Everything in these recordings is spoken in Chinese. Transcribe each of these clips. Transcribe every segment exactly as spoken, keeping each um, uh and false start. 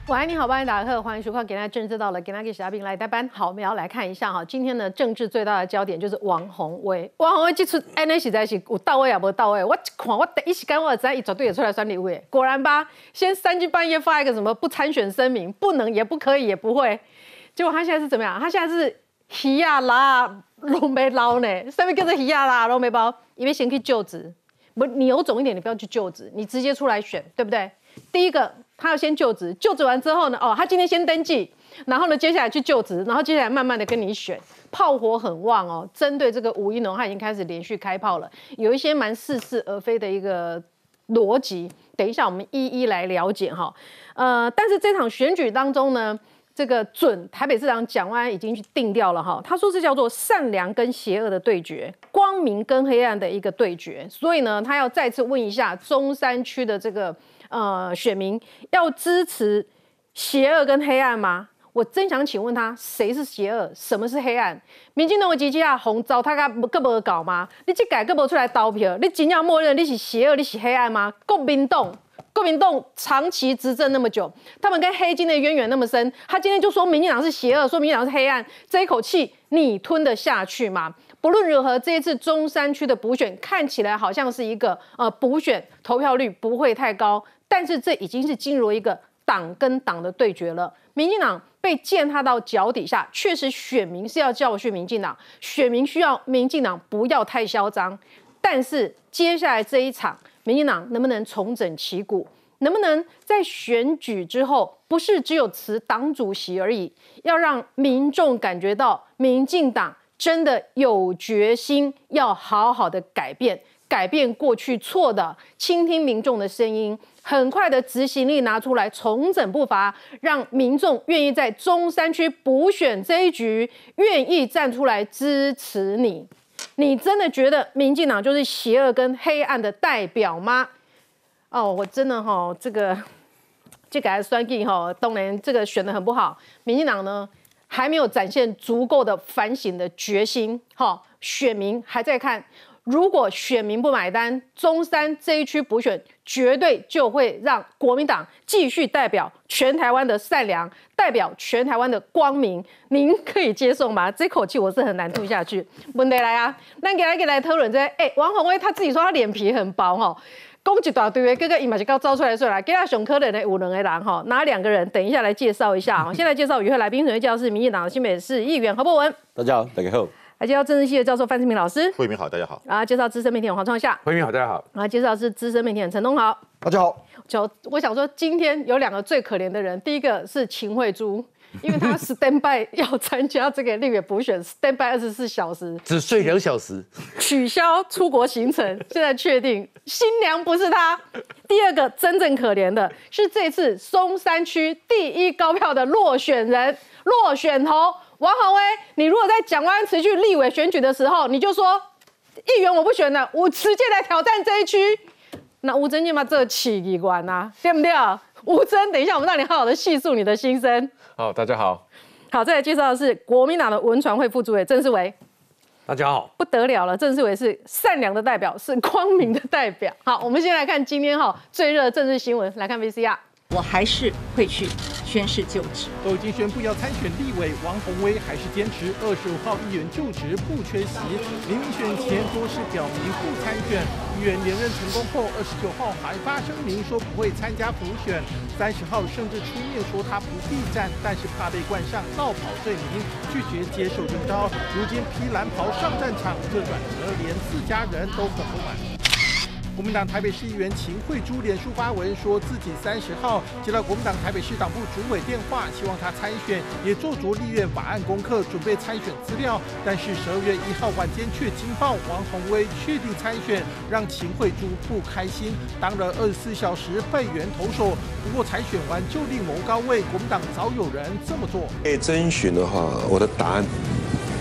晚安，你好，欢迎打客，欢迎收看《今天政治到了》，今天给小兵来代班。好，我们要来看一下哈，今天的政治最大的焦点就是王宏威。王宏威这出安尼实在是有到位也无到位。我一看，我第一时间我就知道他绝对也出来选立委。果然吧，先三更半夜发一个什么不参选声明，不能也不可以也不会。结果他现在是怎么样？他现在是鱼呀拉拢没捞呢，上面跟着鱼呀拉拢没包，因为先去就职。不，你有种一点，你不要去就职，你直接出来选，对不对？第一个，他要先就职，就职完之后呢，哦，他今天先登记，然后呢，接下来去就职，然后接下来慢慢的跟你选，炮火很旺哦。针对这个吴怡农，他已经开始连续开炮了，有一些蛮似是而非的一个逻辑，等一下我们一一来了解哈。呃，但是这场选举当中呢，这个准台北市长蒋万安已经去定调了哈，他说这叫做善良跟邪恶的对决，光明跟黑暗的一个对决，所以呢，他要再次问一下中山区的这个。呃，选民要支持邪恶跟黑暗吗？我真想请问他，谁是邪恶，什么是黑暗？民进党的机器啊，红糟他个个无搞吗？你这改个无出来投票，你真要默认你是邪恶，你是黑暗吗？国民党，国民党长期执政那么久，他们跟黑金的渊源那么深，他今天就说民进党是邪恶，说民进党是黑暗，这一口气你吞得下去吗？不论如何，这一次中山区的补选看起来好像是一个呃补选投票率不会太高。但是这已经是进入一个党跟党的对决了。民进党被践踏到脚底下，确实选民是要教训民进党，选民需要民进党不要太嚣张。但是接下来这一场，民进党能不能重整旗鼓？能不能在选举之后，不是只有辞党主席而已，要让民众感觉到民进党真的有决心，要好好的改变。改变过去错的，倾听民众的声音，很快的执行力拿出来，重整步伐，让民众愿意在中山区补选这一局，愿意站出来支持你。你真的觉得民进党就是邪恶跟黑暗的代表吗？哦，我真的哈、哦，这个这个选举哈，当然这个选得很不好，民进党呢还没有展现足够的反省的决心，哈，选民还在看。如果选民不买单，中山这一区补选绝对就会让国民党继续代表全台湾的善良，代表全台湾的光明。您可以接受吗？这口气我是很难吐下去。问题来啊，咱给来给来讨论这个，哎，王宏威他自己说他脸皮很薄哈，讲一大堆的，哥哥伊嘛是搞招出来出来，给他上可能的有两个人哈，哪两个人？等一下来介绍一下哈。现在介绍与会来宾，首先介绍是民进党的新北市议员何博文， 大家好，大家好。 来介绍政治系的教授范志明老师， 慧明好，大家好。 啊，介绍资深媒体人黄创夏， 慧明好，大家好。 啊，介绍是资深媒体人陈东豪， 大家好。 就我想说，今天有两个最可怜的人，第一个是秦慧珠，因为他 stand by 要参加这个立委补选 ，stand by 二十四小时， 只睡两小时， 取消出国行程，现在确定新娘不是他。第二个真正可怜的是这次松山区第一高票的落选人、落选头。王宏威，你如果在蒋万安辞去立委选举的时候，你就说议员我不选了，我直接来挑战这一区，那吴征健嘛这起议员啊，对不对？吴征，等一下我们让你好好的细述你的心声。 好，大家好。 好，再来介绍的是国民党的文传会副主委郑世维， 大家好。 不得了了，郑世维是善良的代表，是光明的代表。好，我们先来看今天哈最热的政治新闻，来看 V C R。 我还是会去宣誓就职。 都已经宣布要参选立委，王宏威还是坚持二十五号议员就职不缺席。临选前多是表明不参选，议员连任成功后，二十九号还发声明说不会参加补选。三十号甚至出面说他不避战，但是怕被冠上绕跑罪名，拒绝接受征召。如今披蓝袍上战场，这转折连自家人都很不满。国民党台北市议员秦慧珠脸书发文说，自己三十号接到国民党台北市党部主委电话，希望他参选，也做足立院法案功课，准备参选资料。但是十二月一号晚间却惊爆王宏威确定参选，让秦慧珠不开心，当了二十四小时备援投手。不过才选完就另谋高位，国民党早有人这么做。 被征询的话，我的答案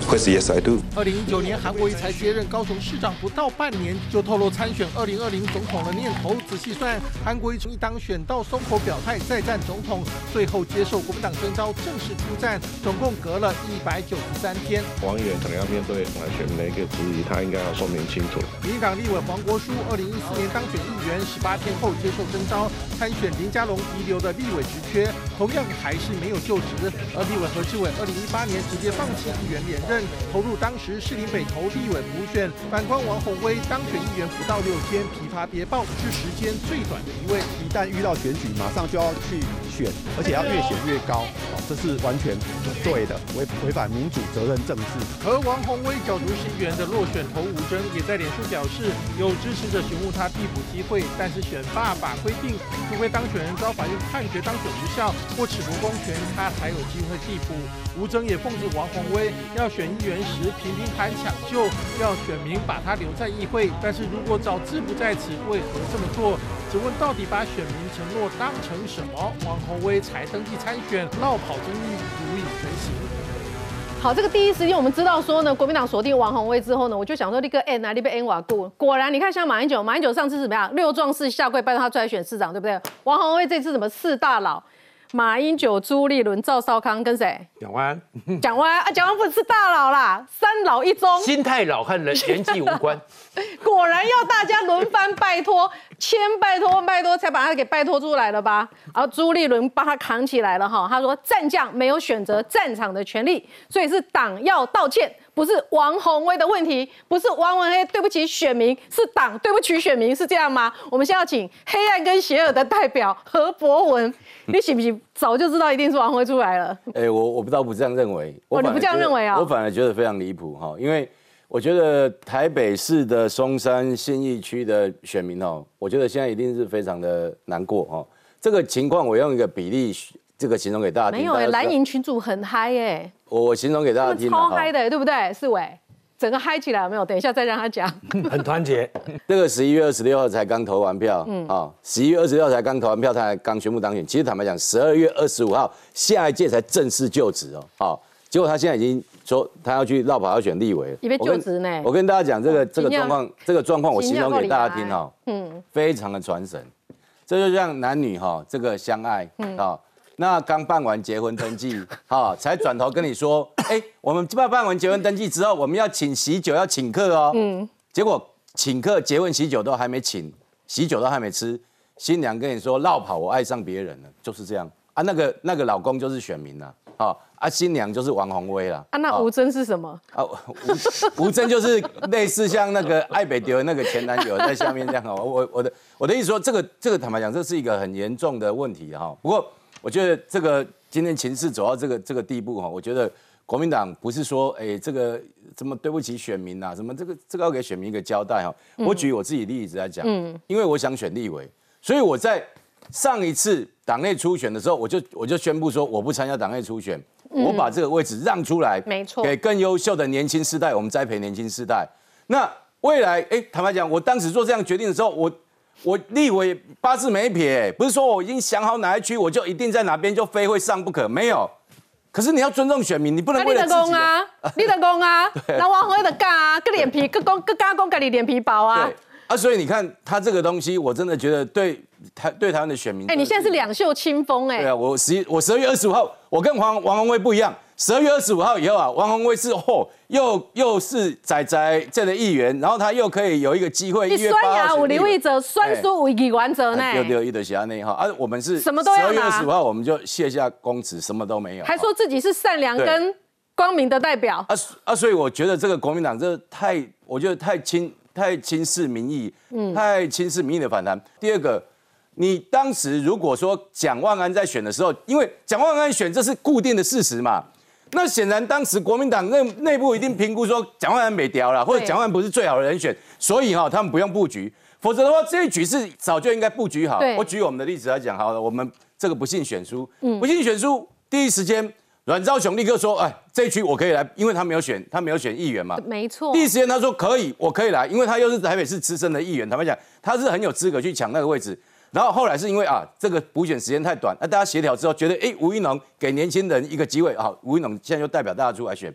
course, yes, I do. 二零一九年，韩国瑜才接任高雄市长不到半年，就透露参选二零二零总统的念头。仔细算，韩国瑜从一当选到松口表态再战总统，最后接受国民党征召正式出战，总共隔了一百九十三天。 王议员可能要面对选民的一个质疑，他应该要说明清楚。 民进党立委黄国书，二零一四年当选议员，十八天后接受征召，参选林佳龙遗留的立委职缺，同样还是没有就职。而立委何志伟，二零一八年直接放弃议员连任，投入当时士林北投立委补选。反观王宏威，当选议员不到六天，疲乏别报，是时间最短的一位。 一旦遇到选举，马上就要去选，而且要越选越高，这是完全不对的，违违反民主责任政治。 和王宏威角逐市议员的落选头吴峥，也在脸书表示，有支持者询问他递补机会，但是选罢法规定，除非当选人遭法院判决当选无效或褫夺公权，他才有机会递补。吴峥也讽刺王宏威要选议员时频频喊抢救，要选民把他留在议会，但是如果早知不在此，为何这么做？只问到底把选民承诺当成什么？王宏威才登记参选，落跑争议如影随形。 好，这个第一时间我们知道说呢，国民党锁定王宏威之后呢，我就想说，你个 N 啊，你被 N 瓦固。果然，你看像马英九，马英九上次怎么样？六壮士下跪拜托他出来选市长，对不对？王宏威这次怎么四大佬？马英九、朱立伦、赵少康跟谁？ 蒋万安， 蒋万安啊，蒋万安不是大佬啦，三老一中， 心态老和人年纪无关。 果然要大家轮番拜托，千拜托万拜托，才把他给拜托出来了吧？然后朱立伦帮他扛起来了哈，他说战将没有选择战场的权利，所以是党要道歉。不是王宏威的问题，不是王宏威对不起选民，是党对不起选民，是这样吗？我们现在要请黑暗跟邪恶的代表何博文，你信不信？早就知道一定是王宏威出来了。 哎、欸，我我不倒不这样认为， 哦，你不这样认为啊？ 我反而觉得非常离谱哈，因为我觉得台北市的松山信义区的选民哦，我觉得现在一定是非常的难过哈。这个情况我用一个比例这个形容给大家听。 没有哎、欸，蓝营群主很嗨哎、欸。 我形容给大家听， 超嗨的，对不对？世伟，整个嗨起来有没有？等一下再让他讲。 很团结。 这个十一月二十六号才刚投完票，嗯啊，十一月二十六号才刚投完票，他才刚宣布当选。其实坦白讲，十二月二十五号下一届才正式就职哦，好，结果他现在已经说他要去绕跑要选立委了， 以为就职呢。 我跟大家讲这个这个状况，这个状况我形容给大家听哈，嗯，非常的传神。这就像男女哈这个相爱啊。那刚办完结婚登记，哈，才转头跟你说，哎、欸，我们办办完结婚登记之后，我们要请喜酒，要请客哦。嗯。结果请客、结婚喜酒都还没请，喜酒都还没吃，新娘跟你说绕跑，我爱上别人了，就是这样啊。那个那个老公就是选民啦，啊啊，新娘就是王宏威啦。 啊，那吴峥是什么？ 啊，吴吴峥就是类似像那个艾北丢的那个前男友在下面这样。我我的我的意思说，这个这个坦白讲，这是一个很严重的问题哈。不过。我觉得这个今天情势走到这个这个地步哈，我觉得国民党不是说哎这个怎么对不起选民呐、啊，什么这个这个要给选民一个交代哈。我举我自己例子来讲，嗯，因为我想选立委，所以我在上一次党内初选的时候，我就我就宣布说我不参加党内初选，嗯、我把这个位置让出来， 没错， 给更优秀的年轻世代，我们栽培年轻世代。那未来哎，坦白讲，我当时做这样决定的时候，我。我立委八字没撇，不是说我已经想好哪一区，我就一定在哪边就非会上不可，没有。可是你要尊重选民，你不能为了自己。 啊，你的讲啊，那王宏威的干啊，个脸皮，个讲个加讲，家己脸皮薄啊。 对啊，所以你看他这个东西，我真的觉得对台对台湾的选民。 哎、欸，你现在是两袖清风哎、欸。 对啊，我十我十二月二十五号，我跟王王宏威不一样。十二月二十五号以后啊，王宏威是哦，又又是仔仔这的议员，然后他又可以有一个机会。 你酸牙有刘一哲，酸输有议员者呢？ 有有一的辖内哈啊，我们是什么都要拿。 十二月二十五号我们就卸下公职，什么都没有。 还说自己是善良跟光明的代表。 啊啊，所以我觉得这个国民党这太，我觉得太轻太轻视民意，嗯，太轻视民意的反弹。第二个。你当时如果说蒋万安在选的时候，因为蒋万安选这是固定的事实嘛，那显然当时国民党内内部一定评估说蒋万安没掉了，或者蒋万安不是最好的人选，所以哈、哦、他们不用布局，否则的话这一局是早就应该布局好。我举我们的例子来讲，好了，我们这个不幸选书，嗯、不幸选书第一时间阮昭雄立刻说，哎，这一区我可以来，因为他没有选，他没有选议员嘛， 没错。 第一时间他说可以，我可以来，因为他又是台北市资深的议员，坦白讲，他是很有资格去抢那个位置。然后后来是因为啊，这个补选时间太短，那大家协调之后觉得，哎，吴怡农给年轻人一个机会啊，吴怡农现在就代表大家出来选。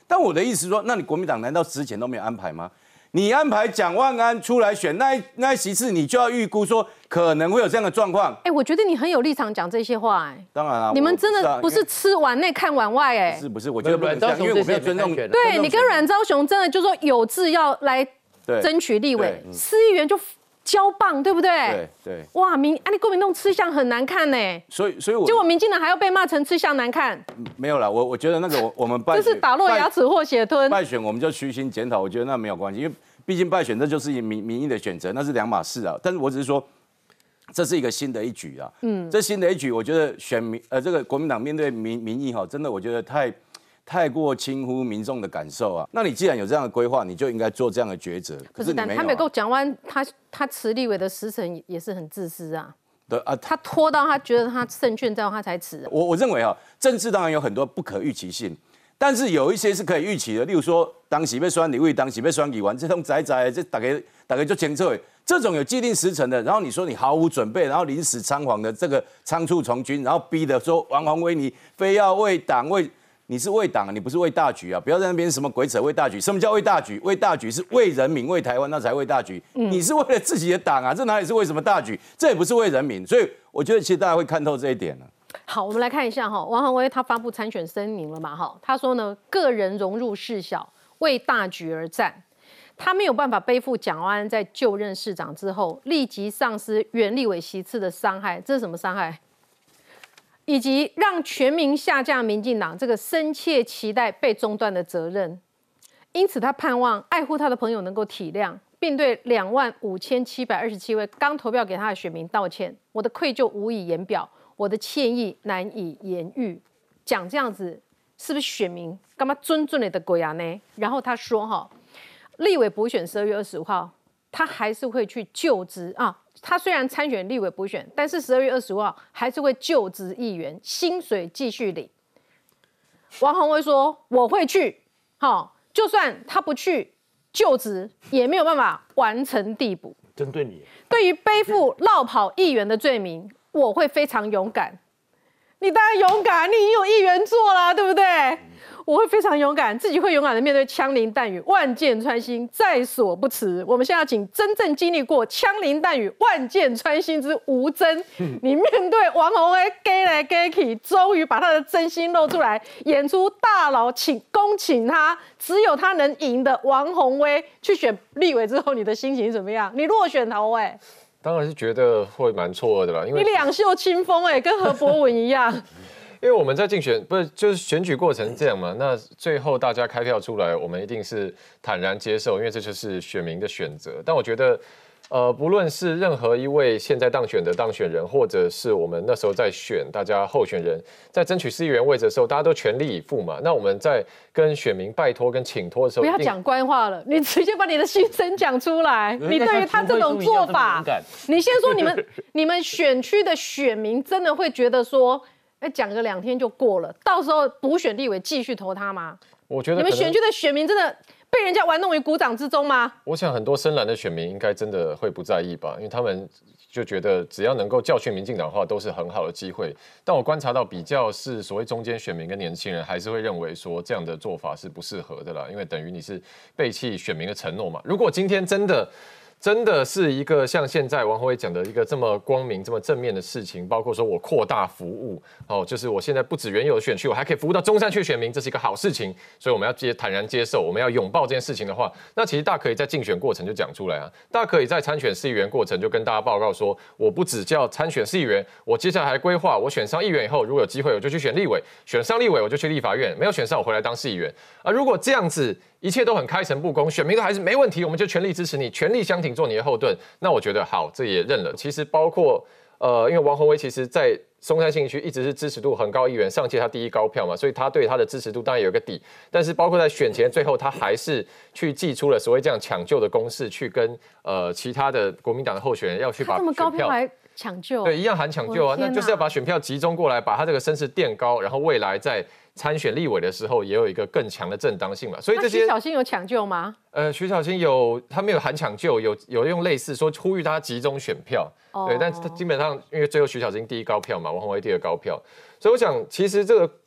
但我的意思是说，那你国民党难道之前都没有安排吗？你安排蒋万安出来选那一那一席次，你就要预估说可能会有这样的状况。 哎，我觉得你很有立场讲这些话，哎。 当然了， 你们真的不是吃碗内看碗外，哎。 不是不是，我觉得不能这样，因为我没有尊重。 对你跟阮昭雄真的就说有志要来争取立委，市议员就交棒，对不对？ 对对。 哇，民啊，你国民党吃相很难看呢。 所以所以我结果民进党还要被骂成吃相难看。 没有啦，我我觉得那个我我们败这是打落牙齿或血吞。 败选我们就虚心检讨，我觉得那没有关系，因为。毕竟败选这就是民民意的选择，那是两码事啊。但是我只是说，这是一个新的一局啊。嗯，这新的一局，我觉得选民呃这个国民党面对民民意哈，真的我觉得太太过轻忽民众的感受啊。那你既然有这样的规划，你就应该做这样的抉择。可是你没有、啊。他没够讲完，他他辞立委的时辰也是很自私啊。 对啊， 他拖到他觉得他胜券在望，他才辞、啊。 我我认为啊，政治当然有很多不可预期性。但是有一些是可以预期的，例如说，当时被选立委，当时被选议员，这种仔仔，这大概大概就清楚的，这种有既定时程的，然后你说你毫无准备，然后临时仓皇的这个仓促从军，然后逼的说王宏威你非要为党为，你是为党，你不是为大局啊！不要在那边什么鬼扯为大局，什么叫为大局？为大局是为人民、为台湾，那才为大局。嗯、你是为了自己的党啊，这哪里是为什么大局？这也不是为人民，所以我觉得其实大家会看透这一点了、啊。 好，我们来看一下哈，王宏威他发布参选声明了嘛哈？他说呢，个人融入事小，为大局而战。他没有办法背负蒋万安在就任市长之后立即丧失原立委席次的伤害，这是什么伤害？以及让全民下架民进党这个深切期待被中断的责任。因此，他盼望爱护他的朋友能够体谅，并对两万五千七百二十七位刚投票给他的选民道歉。我的愧疚无以言表。我的歉意难以言喻，讲这样子是不是选民干嘛尊尊你的鬼啊呢？然后他说哈，立委补选十二月二十五号，他还是会去就职啊。他虽然参选立委补选，但是十二月二十五号还是会就职议员，薪水继续领。王宏威说我会去，好，就算他不去就职，也没有办法完成递补。 针对你， 对于背负落跑议员的罪名。我会非常勇敢，你当然勇敢，你已经有议员做了，对不对？我会非常勇敢，自己会勇敢的面对枪林弹雨，万箭穿心，在所不辞。我们现在要请真正经历过枪林弹雨、万箭穿心之吴峥，你面对王宏威 gay 来 gay 去，终于把他的真心露出来，演出大佬请恭请他，只有他能赢的王宏威去选立委之后，你的心情怎么样？你落选头哎、欸。 当然是觉得会蛮错愕的啦，因为你两袖清风哎、欸，跟何博文一样。 因为我们在竞选不是就是选举过程这样嘛，那最后大家开票出来，我们一定是坦然接受，因为这就是选民的选择。但我觉得，呃，不论是任何一位现在当选的当选人，或者是我们那时候在选大家候选人，在争取市议员位置的时候，大家都全力以赴嘛。那我们在跟选民拜托跟请托的时候， 不要讲官话了，你直接把你的心声讲出来。你对于他这种做法，你先说你们你们选区的选民真的会觉得说，哎，讲个两天就过了，到时候补选立委继续投他吗？ 我觉得你们选区的选民真的被人家玩弄于股掌之中吗？ 我想很多深蓝的选民应该真的会不在意吧，因为他们就觉得只要能够教训民进党的话，都是很好的机会。但我观察到比较是所谓中间选民跟年轻人，还是会认为说这样的做法是不适合的啦，因为等于你是背弃选民的承诺嘛。如果今天真的真的是一个像现在王宏威讲的一个这么光明、这么正面的事情，包括说我扩大服务，哦，就是我现在不止原有的选区，我还可以服务到中山区选民，这是一个好事情，所以我们要接坦然接受，我们要拥抱这件事情的话，那其实大可以在竞选过程就讲出来啊，大可以在参选市议员过程就跟大家报告说，我不只叫参选市议员，我接下来还规划，我选上议员以后，如果有机会我就去选立委，选上立委我就去立法院，没有选上我回来当市议员啊。如果这样子一切都很开诚布公，选民都还是没问题，我们就全力支持你，全力相挺，做你的后盾。那我觉得好，这也认了。其实包括呃，因为王宏威其实在松山信义区一直是支持度很高议员，上届他第一高票嘛，所以他对他的支持度当然有一个底。但是包括在选前最后，他还是去祭出了所谓这样抢救的攻势，去跟呃其他的国民党的候选人要去把这么高票还抢救， 对，一样喊抢救啊，那就是要把选票集中过来，把他这个声势垫高，然后未来在参选立委的时候也有一个更强的正当性嘛。所以这些徐小新有抢救吗？ 呃，徐小新有，他没有喊抢救，有有用类似说呼吁他集中选票，哦、对，但是他基本上因为最后徐小新第一高票嘛，王宏威第二高票，所以我想其实这个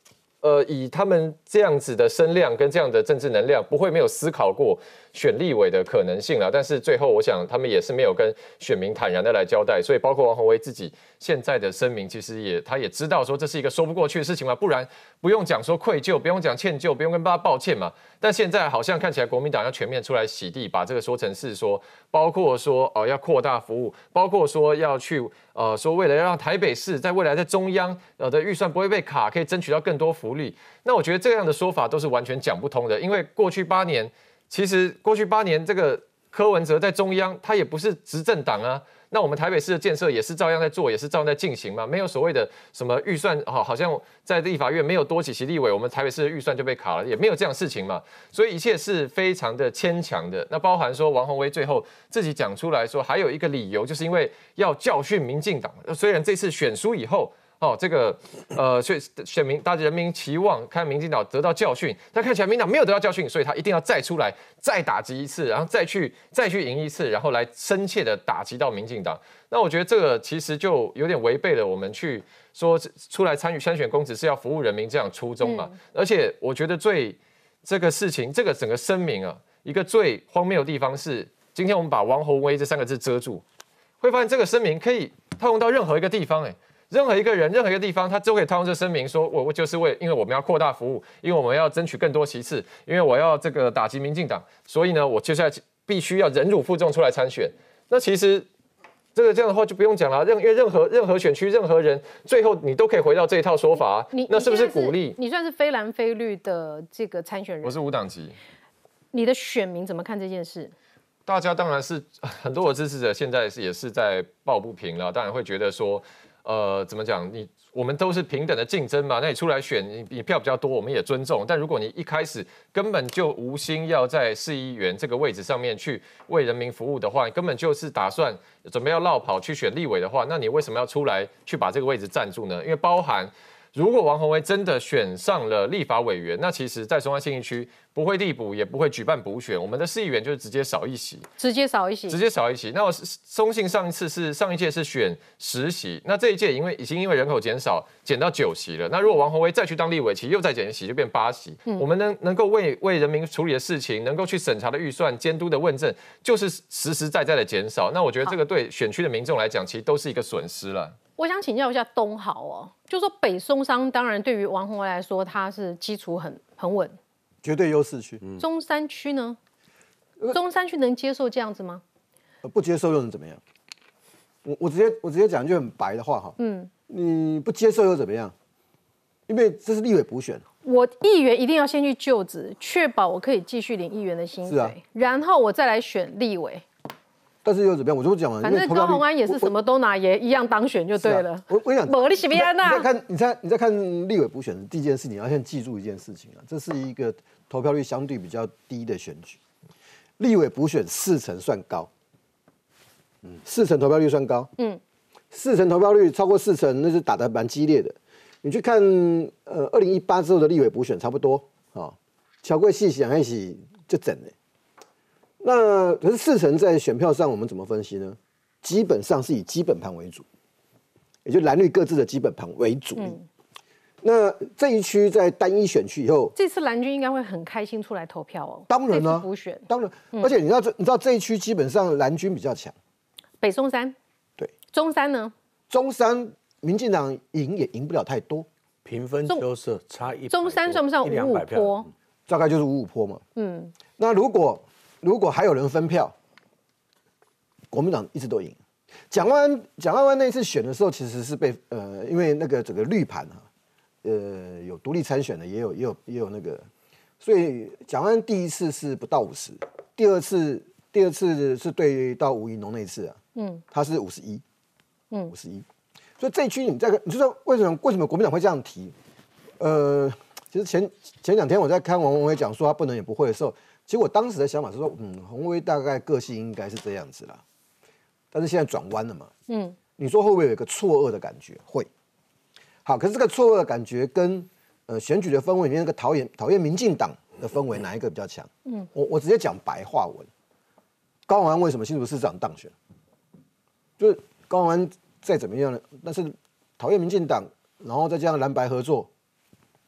呃，以他们这样子的声量跟这样的政治能量，不会没有思考过选立委的可能性啦。但是最后，我想他们也是没有跟选民坦然的来交代。所以，包括王宏威自己现在的声明，其实也他也知道说这是一个说不过去的事情嘛，不然不用讲说愧疚，不用讲歉疚，不用跟大家抱歉嘛。但现在好像看起来国民党要全面出来洗地，把这个说成是说，包括说哦、呃、要扩大服务，包括说要去呃说为了要让台北市在未来在中央呃的预算不会被卡，可以争取到更多福利。那我觉得这样的说法都是完全讲不通的，因为过去八年，其实过去八年这个柯文哲在中央，他也不是执政党啊。那我们台北市的建设也是照样在做，也是照样在进行嘛，没有所谓的什么预算，好，好像在立法院没有多几席立委，我们台北市的预算就被卡了，也没有这样的事情嘛。所以一切是非常的牵强的。那包含说王宏威最后自己讲出来说，还有一个理由，就是因为要教训民进党。虽然这次选输以后，哦，这个呃，所以选民大家人民期望看民进党得到教训，但看起来民进党没有得到教训，所以他一定要再出来再打击一次，然后再去再去赢一次，然后来深切的打击到民进党。那我觉得这个其实就有点违背了我们去说出来参与参选公职是要服务人民这样初衷嘛。嗯、而且我觉得最这个事情，这个整个声明啊，一个最荒谬的地方是，今天我们把王宏威这三个字遮住，会发现这个声明可以套用到任何一个地方、欸，哎。任何一个人、任何一个地方，他都可以套用这声明说，我我就是为，因为我们要扩大服务，因为我们要争取更多席次，因为我要这个打击民进党，所以呢，我接下来必须要忍辱负重出来参选。那其实这个这样的话就不用讲了，任因为任何任何选区、任何人，最后你都可以回到这一套说法、啊。 你那是不是鼓励？ 你算是非蓝非绿的这个参选人， 我是无党籍。 你的选民怎么看这件事？ 大家当然是很多的支持者，现在是也是在抱不平了，当然会觉得说。呃，怎么讲？你我们都是平等的竞争嘛，那你出来选，你你票比较多，我们也尊重。但如果你一开始根本就无心要在市议员这个位置上面去为人民服务的话，你根本就是打算准备要落跑去选立委的话，那你为什么要出来去把这个位置占住呢？因为包含。如果王宏威真的选上了立法委员，那其实，在松山信义区不会递补，也不会举办补选，我们的市议员就是直接少一席， 直接少一席， 直接少一席。那我松信上一次是上一届是选十席，那这一届因为已经因为人口减少减到九席了。那如果王宏威再去当立委，其实又再减一席，就变八席。嗯、我们能能够为为人民处理的事情，能够去审查的预算、监督的问政，就是实实在在的减少。那我觉得这个对选区的民众来讲，其实都是一个损失了。 我想请教一下东豪哦，就说北松山当然对于王宏威来说，他是基础很很稳， 绝对优势区。 嗯、中山区呢？中山区能接受这样子吗？ 不接受又能怎么样？我我直接我直接讲一句很白的话哈，嗯，你不接受又怎么样？因为这是立委补选， 我议员一定要先去就职，确保我可以继续领议员的薪水，啊、然后我再来选立委。 但是又怎么样？我就讲了， 反正高虹安也是什么都拿，也一样当选就对了。 啊、我我跟你讲， 没你是边呐？ 你在看，你在你在看立委补选的第一件事，你要先记住一件事情啊，这是一个投票率相对比较低的选举。立委补选四成算高，嗯，四成投票率算高，嗯，四成投票率超过四成，那是打得蛮激烈的。你去看，呃，二零一八之后的立委补选差不多啊，乔贵细想一起就整了。那可是四成在选票上我们怎么分析呢？基本上是以基本盘为主，也就蓝绿各自的基本盘为主。嗯、那这一区在单一选区以后， 这次蓝军应该会很开心出来投票哦。 当然了， 补选当然，嗯、而且你知道这你知道这一区基本上蓝军比较强。 北松山对， 中山呢？ 中山民进党赢也赢不了太多， 平分秋色差一。 中山算不算五五坡？ 大概就是五五坡嘛。嗯，那如果如果还有人分票，国民党一直都赢。蒋万安蒋万安那一次选的时候，其实是被呃，因为那个整个绿盘啊，呃，有独立参选的，也有也有也有那个，所以蒋万安第一次是不到五十，第二次第二次是对到吴怡农那一次啊，嗯，他是五十一，嗯，五十一。所以这一区你在你就说为什么为什么国民党会这样提？呃，其实前前两天我在看王宏威讲说他不能也不会的时候。其实我当时的想法是说，嗯，宏威大概个性应该是这样子啦，但是现在转弯了嘛，嗯，你说会不会有一个错愕的感觉？会。好，可是这个错愕的感觉跟呃选举的氛围里面那个讨厌讨厌民进党的氛围哪一个比较强？嗯，我我直接讲白话文，高虹安为什么新竹市长当选？就是高虹安再怎么样呢，但是讨厌民进党，然后再加上蓝白合作，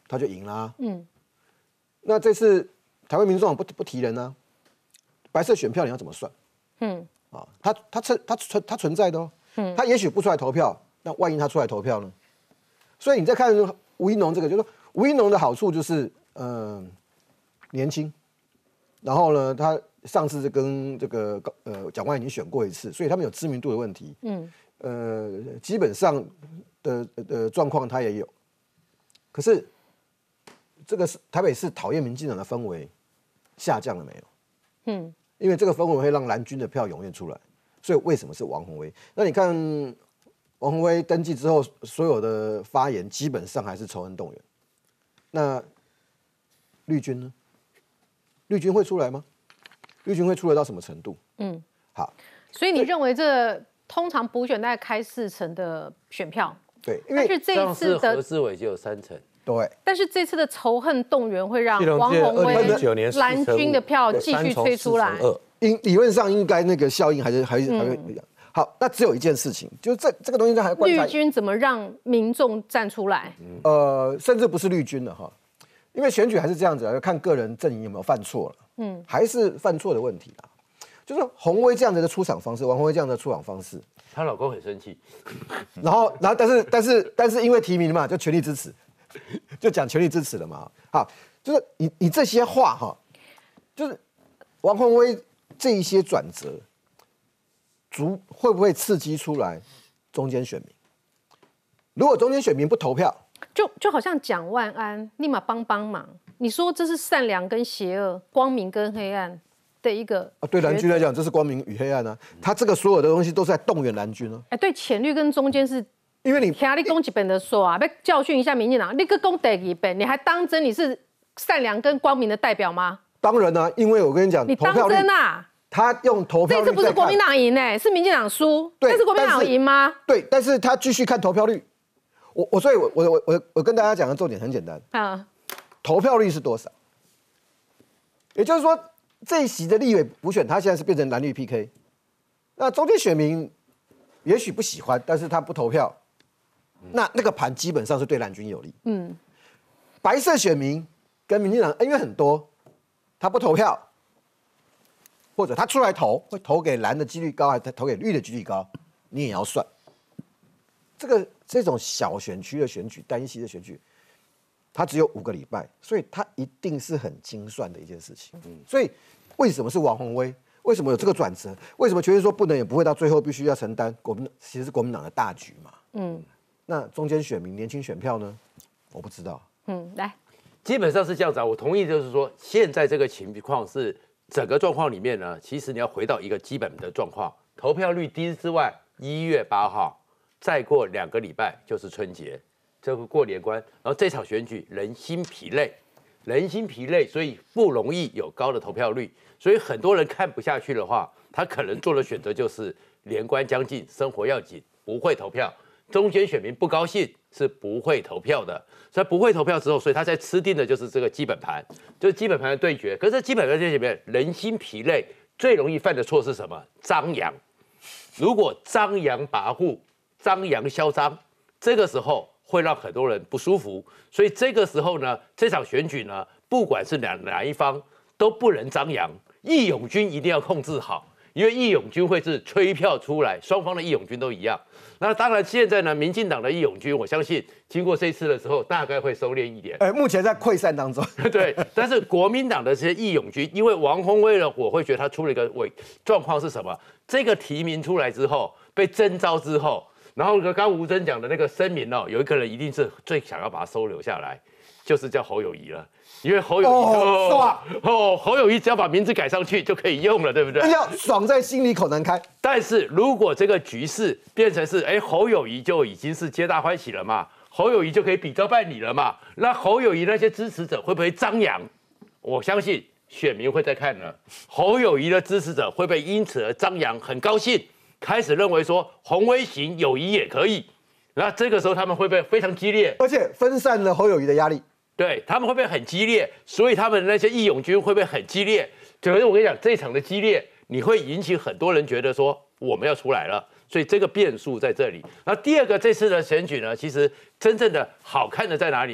他就赢啦。嗯，那这次台湾民众党不不提人啊，白色选票你要怎么算？嗯，啊，他他存他存他存在的哦，嗯，他也许不出来投票，那万一他出来投票呢？所以你再看吴怡农这个，就是说吴怡农的好处就是，嗯、呃，年轻，然后呢，他上次跟这个呃蒋万安已经选过一次，所以他们有知名度的问题，嗯，呃，基本上的的状况他也有，可是这个是台北市讨厌民进党的氛围下降了没有？嗯，因为这个氛围会让蓝军的票涌现出来，所以为什么是王宏威？那你看。王宏威登记之后，所有的发言基本上还是仇恨动员。那绿军呢？绿军会出来吗？绿军会出来到什么程度？嗯，好。 所以你认为这通常补选大概开四成的选票？ 对，因为但是这一次的何志伟就有三成。 对。 但是这次的仇恨动员会让王宏威蓝军的票继续推出来。 应理论上应该那个效应还是还是还会一样。好，那只有一件事情，就是这这个东西还观察绿军怎么让民众站出来？ 呃，甚至不是绿军了哈，因为选举还是这样子啊，要看个人阵营有没有犯错了，嗯，还是犯错的问题啦。就是宏威这样的出场方式，王宏威这样的出场方式， 她老公很生气， 然后然后但是但是但是因为提名嘛，就全力支持，就讲全力支持了嘛。好，就是你你这些话哈，就是王宏威这一些转折。足会不会刺激出来中间选民？如果中间选民不投票， 就就好像蒋万安立马帮帮忙。你说这是善良跟邪恶、光明跟黑暗的一个啊，对蓝军来讲，这是光明与黑暗啊。他这个所有的东西都是在动员蓝军哦。 哎，对，浅绿跟中间是， 因为你听你攻击本的说啊，被教训一下民进党，你个攻第一本，你还当真你是善良跟光明的代表吗？ 当然啊，因为我跟你讲， 你当真啊？ 他用投票率， 这次不是国民党赢哎，是民进党输。 对， 这是国民党赢吗？ 对，但是他继续看投票率。我我所以我，我我我我跟大家讲的重点很简单啊，投票率是多少？也就是说，这一席的立委补选，他现在是变成蓝绿 P K。那中间选民也许不喜欢，但是他不投票，那那个盘基本上是对蓝军有利。嗯，白色选民跟民进党因为很多，他不投票。或者他出来投，会投给蓝的几率高，还是投给绿的几率高？你也要算。这个这种小选区的选举，单一席的选举，它只有五个礼拜，所以它一定是很精算的一件事情。嗯，所以为什么是王宏威？为什么有这个转折？为什么决定说不能也不会到最后必须要承担国民其实是国民党的大局嘛？嗯，那中间选民年轻选票呢？我不知道。嗯， 来， 基本上是这样子啊。我同意，就是说现在这个情况是。整个状况里面呢，其实你要回到一个基本的状况，投票率低之外，一月八号，再过两个礼拜就是春节，这个过年关，然后这场选举人心疲累，人心疲累，所以不容易有高的投票率，所以很多人看不下去的话，他可能做的选择就是年关将近，生活要紧，不会投票。中间选民不高兴是不会投票的，所以不会投票之后，所以他在吃定的就是这个基本盘，就是基本盘的对决。可是基本盘对决里面，人心疲累，最容易犯的错是什么？张扬。如果张扬跋扈、张扬嚣张，这个时候会让很多人不舒服。所以这个时候呢，这场选举呢，不管是哪哪一方都不能张扬，义勇军一定要控制好。因为义勇军会是催票出来，双方的义勇军都一样。那当然，现在呢，民进党的义勇军，我相信经过这次的时候，大概会收敛一点。 呃，目前在溃散当中。 对，但是国民党的这些义勇军，因为王宏威呢，我会觉得他出了一个伪状况是什么？这个提名出来之后，被征召之后，然后刚刚吴峥讲的那个声明哦，有一个人一定是最想要把它收留下来，就是叫侯友宜了。因为侯友宜哦，是吧？ 哦，侯友宜只要把名字改上去就可以用了，对不对？ 那叫爽在心里口难开。 但是如果这个局势变成是，哎，侯友宜就已经是皆大欢喜了嘛，侯友宜就可以比照办理了嘛，那侯友宜那些支持者会不会张扬？我相信选民会在看呢。侯友宜的支持者会不会因此而张扬，很高兴，开始认为说宏威行，友宜也可以？那这个时候他们会不会非常激烈？ 而且分散了侯友宜的压力。 对他们会不会很激烈？所以他们那些义勇军会不会很激烈？可是我跟你讲，这一场的激烈，你会引起很多人觉得说我们要出来了，所以这个变数在这里。那第二个，这次的选举呢，其实真正的好看的在哪里呢？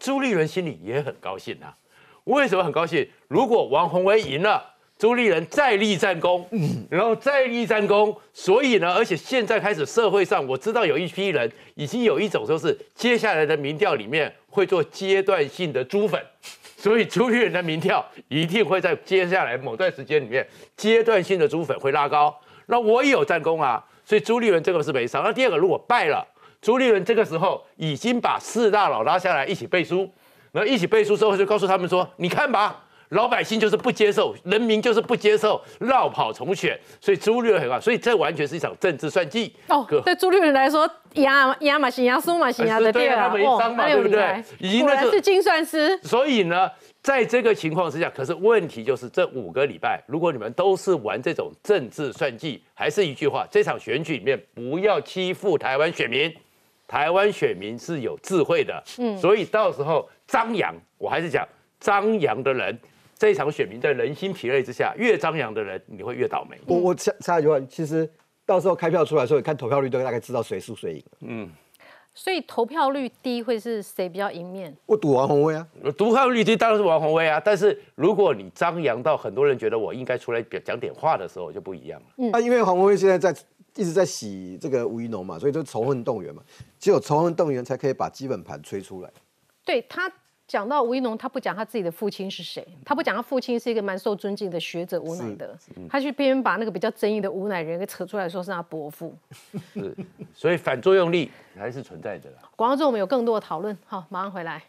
朱立伦心里也很高兴啊。为什么很高兴？如果王宏威赢了，朱立伦再立战功，然后再立战功，所以呢，而且现在开始社会上，我知道有一批人已经有一种就是接下来的民调里面会做阶段性的猪粉，所以朱立伦的民调一定会在接下来某段时间里面阶段性的猪粉会拉高。那我也有战功啊，所以朱立伦这个是没伤。那第二个，如果败了，朱立伦这个时候已经把四大佬拉下来一起背书，然后一起背书之后就告诉他们说，你看吧。老百姓就是不接受，人民就是不接受，绕跑重选，所以朱立伦很好，所以这完全是一场政治算计。 哦，对朱立伦来说，压压嘛行，压输嘛行，压的对啊， 他没伤嘛，对不对？ 果然是精算师。 所以呢，在这个情况之下，可是问题就是这五个礼拜，如果你们都是玩这种政治算计，还是一句话，这场选举里面不要欺负台湾选民，台湾选民是有智慧的，嗯，所以到时候张扬，我还是讲张扬的人。这一场选民在人心疲累之下，越张扬的人，你会越倒霉。 我我插插一句话，其实到时候开票出来的时候，看投票率都大概知道谁输谁赢。嗯， 所以投票率低会是谁比较赢面？ 我赌王宏威啊， 投票率低当然是王宏威啊。但是如果你张扬到很多人觉得我应该出来讲点话的时候，就不一样了。 嗯，啊，因为王宏威现在在一直在洗这个吴怡农嘛，所以就仇恨动员嘛，只有仇恨动员才可以把基本盘吹出来。 对他。讲到吴怡农，他不讲他自己的父亲是谁，他不讲他父亲是一个蛮受尊敬的学者吴乃德，他去偏偏把那个比较争议的吴乃人给扯出来，说是他伯父。 是，所以反作用力还是存在的啦。 广告之后我们有更多的讨论，好，马上回来。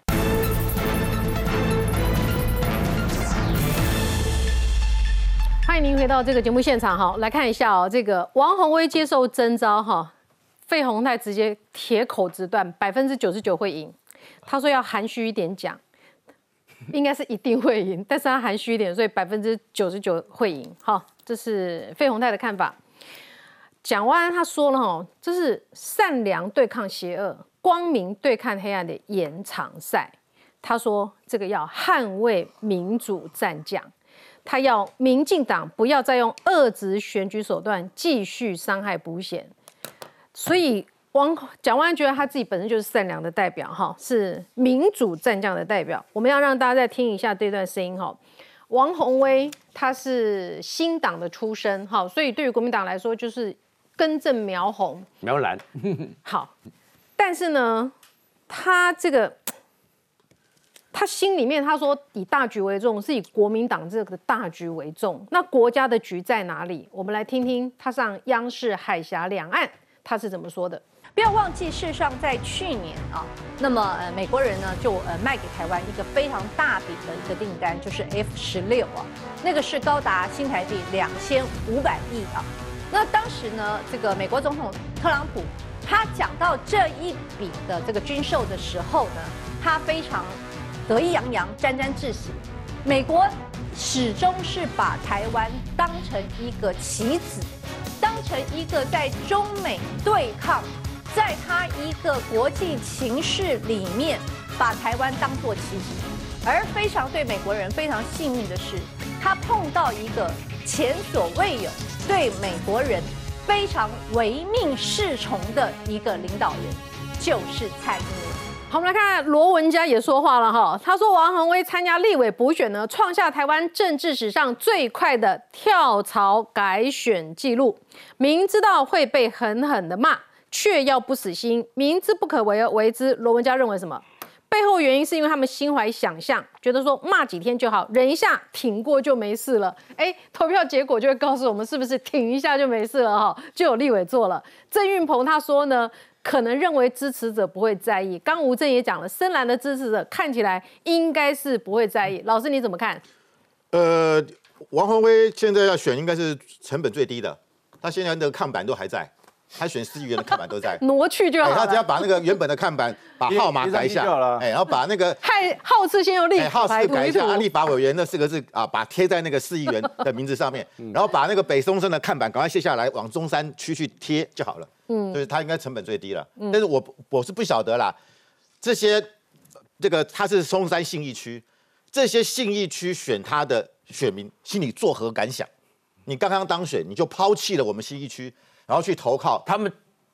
欢迎您回到这个节目现场，哈，来看一下哦，这个王宏威接受征召，哈，费鸿泰直接铁口直断，百分之九十九会赢。他说要含蓄一点讲，应该是一定会赢，但是他含蓄一点，所以百分之九十九会赢。好，这是费鸿泰的看法。蒋万安他说了哈，这是善良对抗邪恶，光明对抗黑暗的延长赛。他说这个要捍卫民主战将，他要民进党不要再用恶质选举手段继续伤害补选，所以。王蒋万安觉得他自己本身就是善良的代表，哈，是民主战将的代表。我们要让大家再听一下这段声音，哈。王宏威他是新党的出身，哈，所以对于国民党来说就是根正苗红、 苗蓝。 好，但是呢，他这个他心里面他说以大局为重，是以国民党这个大局为重。那国家的局在哪里？我们来听听他上央视海峡两岸他是怎么说的。 不要忘记，事实上在去年啊，那么呃美国人呢就呃卖给台湾一个非常大笔的一个订单，就是 F 十六啊，那个是高达新台币两千五百亿啊。那当时呢，这个美国总统特朗普他讲到这一笔的这个军售的时候呢，他非常得意洋洋、沾沾自喜。美国始终是把台湾当成一个棋子，当成一个在中美对抗。在他一个国际情势里面，把台湾当作棋子，而非常对美国人非常幸运的是，他碰到一个前所未有对美国人非常唯命是从的一个领导人，就是蔡英文。 好，我们来看罗文嘉也说话了哈，他说王宏威参加立委补选呢，创下台湾政治史上最快的跳槽改选记录，明知道会被狠狠的骂。却要不死心，明知不可为而为之。罗文嘉认为什么？背后原因是因为他们心怀想象，觉得说骂几天就好，忍一下挺过就没事了。哎，投票结果就会告诉我们是不是挺一下就没事了哈，就有立委做了。郑运鹏他说呢，可能认为支持者不会在意。刚吴正也讲了，深蓝的支持者看起来应该是不会在意。老师你怎么看？ 呃，王宏威现在要选应该是成本最低的，他现在的看板都还在。他选市议员的看板都在， 挪去就好了。 他只要把那个原本的看板把号码改一下，哎，然后把那个害号次先用立号次改一下，立法委员那四个字啊，把贴在那个市议员的名字上面，然后把那个北松山的看板赶快卸下来，往中山区去贴就好了。嗯，所以他应该成本最低了。但是我我是不晓得啦，这些这个他是松山信义区，这些信义区选他的选民心里作何感想？你刚刚当选，你就抛弃了我们信义区。然后去投靠他们，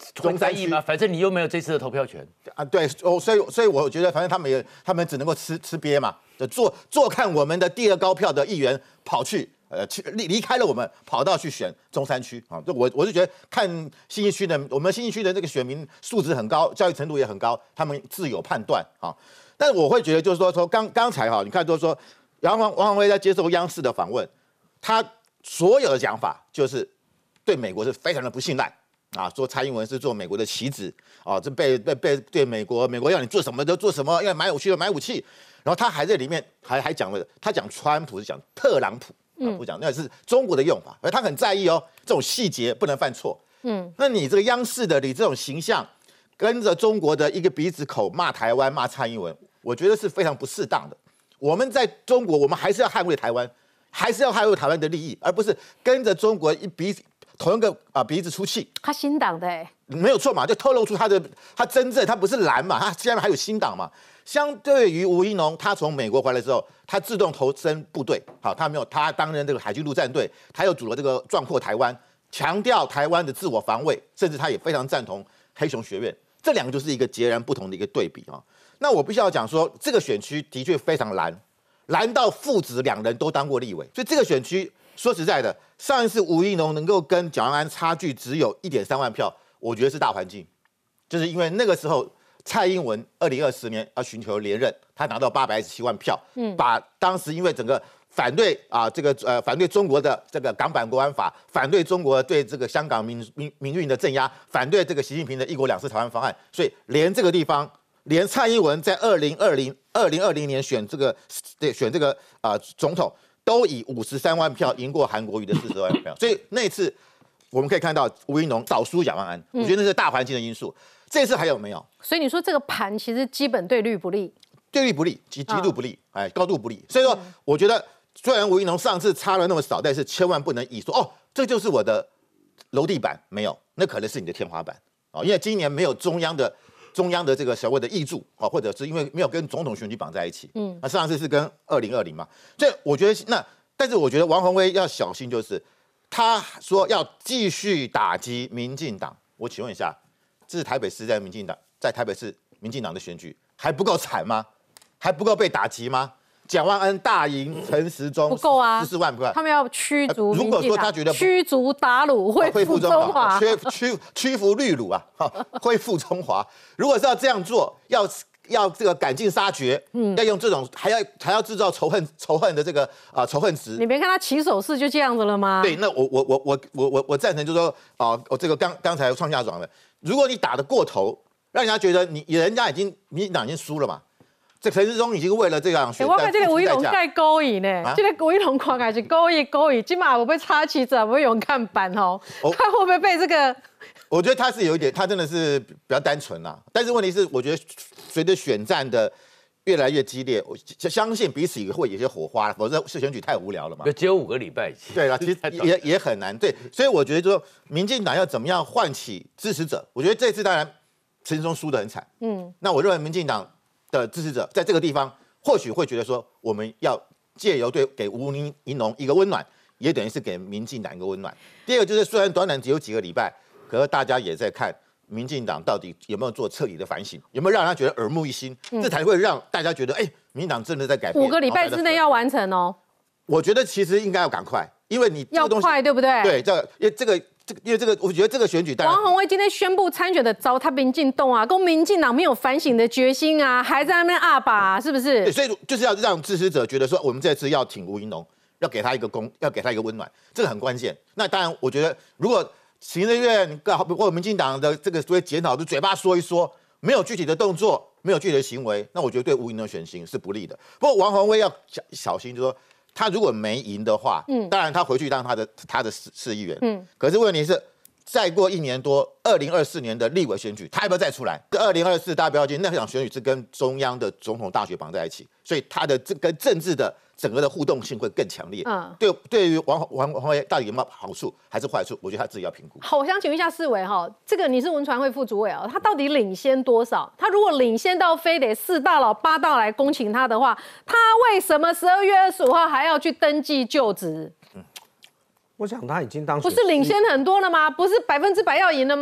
会在意吗？反正你又没有这次的投票权啊。对，哦，所以所以我觉得，反正他们也他们只能够吃吃瘪嘛，就坐坐看我们的第二高票的议员跑去。呃，去离离开了我们，跑到去选中山区啊！这我我是觉得看信义区的，我们信义区的这个选民素质很高，教育程度也很高，他们自有判断啊。但是我会觉得，就是说说刚刚才哈，你看就是说，王王王宏威在接受央视的访问，他所有的讲法就是对美国是非常的不信赖啊，说蔡英文是做美国的棋子啊，这被被被对美国美国要你做什么就做什么，要买武器就买武器，然后他还在里面还还讲了，他讲川普是讲特朗普。嗯，不讲，那是中国的用法，而他很在意哦，这种细节不能犯错。嗯，那你这个央视的你这种形象，跟着中国的一个鼻子口骂台湾、骂蔡英文，我觉得是非常不适当的。我们在中国，我们还是要捍卫台湾，还是要捍卫台湾的利益，而不是跟着中国一鼻子同一个啊鼻子出气。 他新党的哎， 没有错嘛，就透露出他的他真正他不是蓝嘛，他下面还有新党嘛。相对于吴怡农，他从美国回来之后，他自动投身部队，好，他没有，他担任这个海军陆战队，他又组了这个壮阔台湾，强调台湾的自我防卫，甚至他也非常赞同黑熊学院，这两个就是一个截然不同的一个对比啊。那我必须要讲说，这个选区的确非常蓝，蓝到父子两人都当过立委，所以这个选区说实在的，上一次吴怡农能够跟蒋万安差距只有一点三万票，我觉得是大环境，就是因为那个时候。蔡英文二零二四年要寻求连任，他拿到八百一十七万票，嗯，把当时因为整个反对啊这个呃反对中国的这个港版国安法，反对中国对这个香港民民民运的镇压，反对这个习近平的一国两制台湾方案，所以连这个地方，连蔡英文在二零二零二零二零年选这个对选这个啊、呃、总统，都以五十三万票赢过韩国瑜的四十万票，所以那次我们可以看到吴怡农少输蒋万安，我觉得那是大环境的因素。这次还有没有？ 所以你说这个盘其实基本对绿不利， 对绿不利，极极度不利，哎，高度不利。所以说，我觉得虽然吴怡农上次差了那么少，但是千万不能以说哦，这就是我的楼地板，没有，那可能是你的天花板啊、哦。因为今年没有中央的中央的这个所谓的挹注啊、哦，或者是因为没有跟总统选举绑在一起，嗯，那上次是跟二零二零嘛，所以我觉得那，但是我觉得王宏威要小心，就是他说要继续打击民进党。我请问一下。这是台北市在民进党在台北市民进党的选举还不够惨吗？还不够被打击吗？蒋万安大赢陈时中不够啊， 十四万票， 他们要驱逐民进党。 如果说他觉得驱逐鞑虏，恢复中华， 屈屈屈服绿虏啊，恢复中华。如果是要这样做，要要这个赶尽杀绝，嗯，要用这种还要还要制造仇恨仇恨的这个啊、呃、仇恨值。 你没看他起手式就这样子了吗？ 对，那我我我我我我我赞成，就是说啊，我、呃、这个刚刚才创下讲的。如果你打得过头，让人家觉得你人家已经民进党已经输了嘛，这陈时中已经为了这样选， 我看这个吴怡农盖勾引呢， 啊、 这个吴怡农看起来是勾引勾引，今晚我被插旗子，我用看板哦，看会不会被这个？ 我觉得他是有一点，他真的是比较单纯啦。但是问题是，我觉得随着选战的越来越激烈，我相信彼此也会有些火花，否则选举太无聊了嘛。 只有五个礼拜， 对了，其实也也很难。对，所以我觉得说，民进党要怎么样唤起支持者？我觉得这次当然陈时中输得很惨，嗯，那我认为民进党的支持者在这个地方或许会觉得说，我们要借由对给吴怡农一个温暖，也等于是给民进党一个温暖。第二个就是虽然短短只有几个礼拜，可是大家也在看。民进党到底有没有做彻底的反省？有没有让他觉得耳目一新？嗯、这才会让大家觉得，哎、欸，民进党真的在改变。 五个礼拜之内要完成哦。 我觉得其实应该要赶快，因为你要快，对不对？ 对，这因为这个这个，因为这个，我觉得这个选举， 王宏威今天宣布参选的糟蹋民进党啊，跟民进党没有反省的决心啊，还在那边阿爸，是不是？ 对，所以就是要让支持者觉得说，我们这次要挺吴怡农，要给他一个公，要给他一个温暖，这个很关键。那当然，我觉得如果行政院或民进党的这个所谓检讨，就嘴巴说一说，没有具体的动作，没有具体的行为，那我觉得对吴怡农的选情是不利的。不过王宏威要小小心，就是说他如果没赢的话，嗯，当然他回去当他的他的市市议员，嗯，可是问题是，再过一年多，二零二四年的立委选举，他要不要再出来？二零二四大家不要记，那场选举是跟中央的总统大选绑在一起，所以他的这跟政治的整个的互动性会更强烈。嗯，对，对于王王王威到底有没有好处还是坏处，我觉得他自己要评估。 好，我想请问一下世伟哈，这个你是文传会副主委啊，他到底领先多少？他如果领先到非得四大佬八大来恭请他的话，他为什么十二月二十五号还要去登记就职？ 我想他已经当不是领先很多了吗？不是百分之百要赢了吗？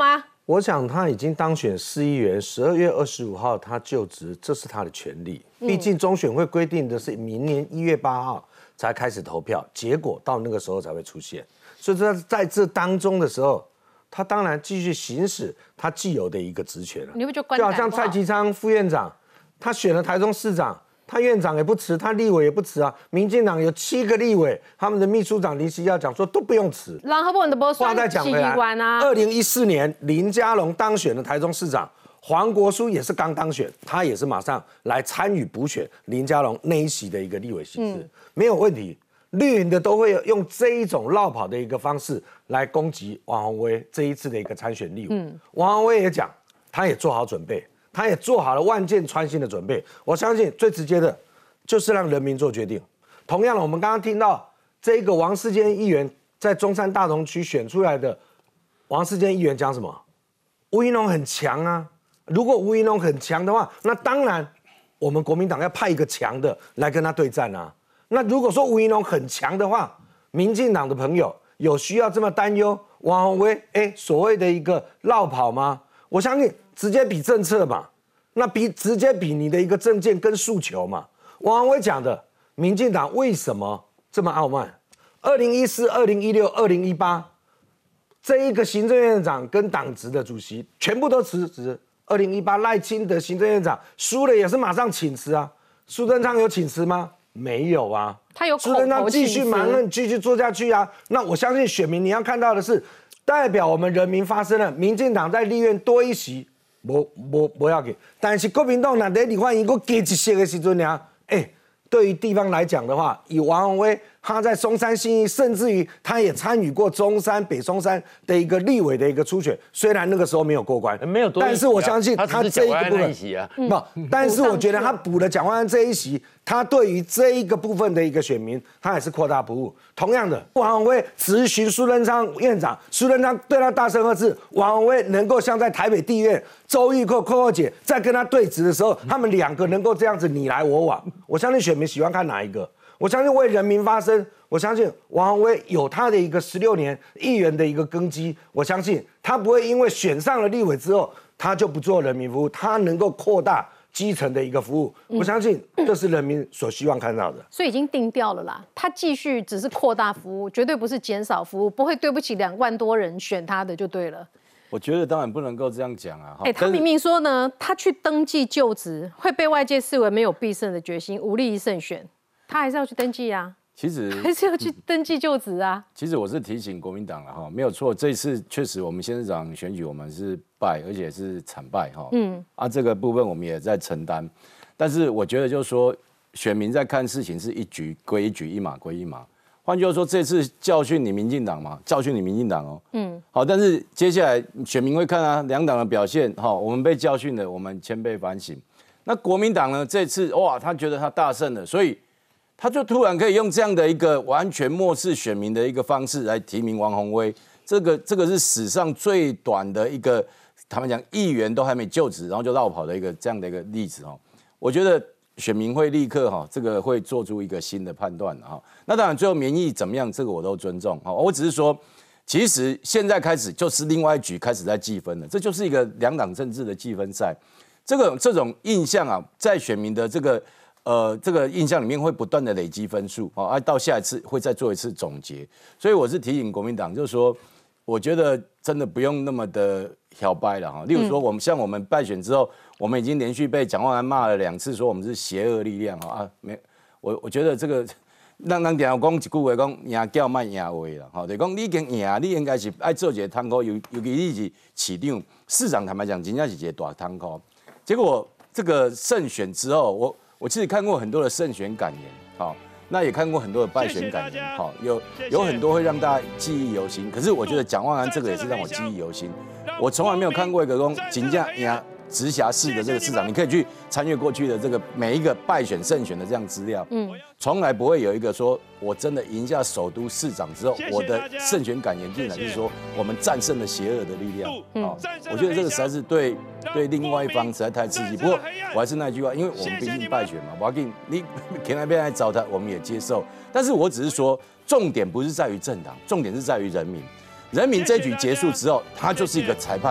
我想他已经当选市议员，十二月二十五号他就职，这是他的权利。毕竟中选会规定的是明年一月八号才开始投票，结果到那个时候才会出现。所以在在这当中的时候，他当然继续行使他既有的一个职权了。 你不就就好像蔡其昌副院长，他选了台中市长。他院长也不辞，他立委也不辞啊。民进党有七个立委，他们的秘书长林锡耀讲说都不用辞。 然后不能不话再讲回来，二零一四年林佳龙当选了台中市长，黄国书也是刚当选，他也是马上来参与补选林佳龙那一席的一个立委席次，嗯、没有问题。绿营的都会用这一种绕跑的一个方式来攻击王宏威这一次的一个参选立委。嗯、王宏威也讲，他也做好准备。他也做好了万箭穿心的准备，我相信最直接的，就是让人民做决定。同样的，我们刚刚听到这个王世坚议员在中山大同区选出来的王世坚议员讲什么？吴怡农很强啊，如果吴怡农很强的话，那当然我们国民党要派一个强的来跟他对战啊。那如果说吴怡农很强的话，民进党的朋友有需要这么担忧王宏威哎所谓的一个绕跑吗？我相信。直接比政策嘛，那比直接比你的一个政见跟诉求嘛。王宏威讲的，民进党为什么这么傲慢？二零一四、二零一六、二零一八，这一个行政院长跟党职的主席全部都辞职。二零一八赖清德行政院长输了也是马上请辞啊。苏贞昌有请辞吗？没有啊。 他有苏贞昌继续蛮横继续做下去啊。那我相信选民你要看到的是，代表我们人民发声了，民进党在立院多一席。无无无要紧，但是国民党若在立法院佫加一席的时阵啊，哎、欸，对于地方来讲的话，以王宏威他在松山信义，甚至于他也参与过中山、北松山的一个立委的一个初选，虽然那个时候没有过关， 没有多、啊， 但是我相信他这一个部分， 啊、 不，但是我觉得他补了蒋万安这一席，他对于这一个部分的一个选民，他也是扩大服务。同样的，王宏威咨询苏贞昌院长，苏贞昌对他大声呵斥，王宏威能够像在台北地院周玉蔻、蔻蔻姐在跟他对质的时候，他们两个能够这样子你来我往，我相信选民喜欢看哪一个？我相信为人民发声，我相信王宏威有他的一个十六年议员的一个根基，我相信他不会因为选上了立委之后，他就不做人民服务，他能够扩大基层的一个服务，我相信这是人民所希望看到的。 所以已经定调了啦，他继续只是扩大服务，绝对不是减少服务，不会对不起两万多人选他的就对了。 我觉得当然不能够这样讲啊！ 哎、欸，他明明说呢，他去登记就职会被外界视为没有必胜的决心，无利于胜选。他还是要去登记啊， 其实还是要去登记就职啊。 其实我是提醒国民党了哈，没有错，这次确实我们县市长选举我们是败，而且是惨败哈。嗯，啊，这个部分我们也在承担，但是我觉得就是说，选民在看事情是一局归一局，一码归一码。换句话说，这次教训你民进党嘛，教训你民进党哦。嗯，好，但是接下来选民会看啊，两党的表现，哈，我们被教训了，我们谦卑反省。那国民党呢，这次哇，他觉得他大胜了，所以。他就突然可以用这样的一个完全漠视选民的一个方式来提名王宏威，这个这个是史上最短的一个，他们讲议员都还没就职，然后就绕跑的一个这样的一个例子哦。我觉得选民会立刻哈，这个会做出一个新的判断哈。那当然最后民意怎么样，这个我都尊重哈。我只是说，其实现在开始就是另外一局开始在计分了，这就是一个两党政治的计分赛。这个这种印象啊，在选民的这个。呃，这个印象里面会不断的累积分数，好、啊，到下一次会再做一次总结。所以我是提醒国民党，就是说，我觉得真的不用那么的摇摆了哈。例如说，我们、嗯、像我们败选之后，我们已经连续被蒋万安骂了两次，说我们是邪恶力量哈啊，没，我我觉得这个让人定讲一句话讲赢叫卖赢话啦，哈，就讲你已经赢，你应该是爱做一个汤口，尤尤其你是市长、市长，坦白讲，真正是一个大汤口。结果这个胜选之后，我。我其实看过很多的胜选感言，好，那也看过很多的败选感言，好，有有很多会让大家记忆犹新。可是我觉得蒋万安这个也是让我记忆犹新。我从来没有看过一个说金价赢直辖市的这个市长，你可以去参阅过去的这个每一个败选胜选的这样资料，嗯，从来不会有一个说我真的赢下首都市长之后，我的胜选感言竟然是说我们战胜了邪恶的力量，啊，我觉得这个实在是对对另外一方实在太刺激。不过我还是那句话，因为我们毕竟败选嘛，我要给你给那边来糟蹋，我们也接受。但是我只是说，重点不是在于政党，重点是在于人民。人民这局结束之后，他就是一个裁判。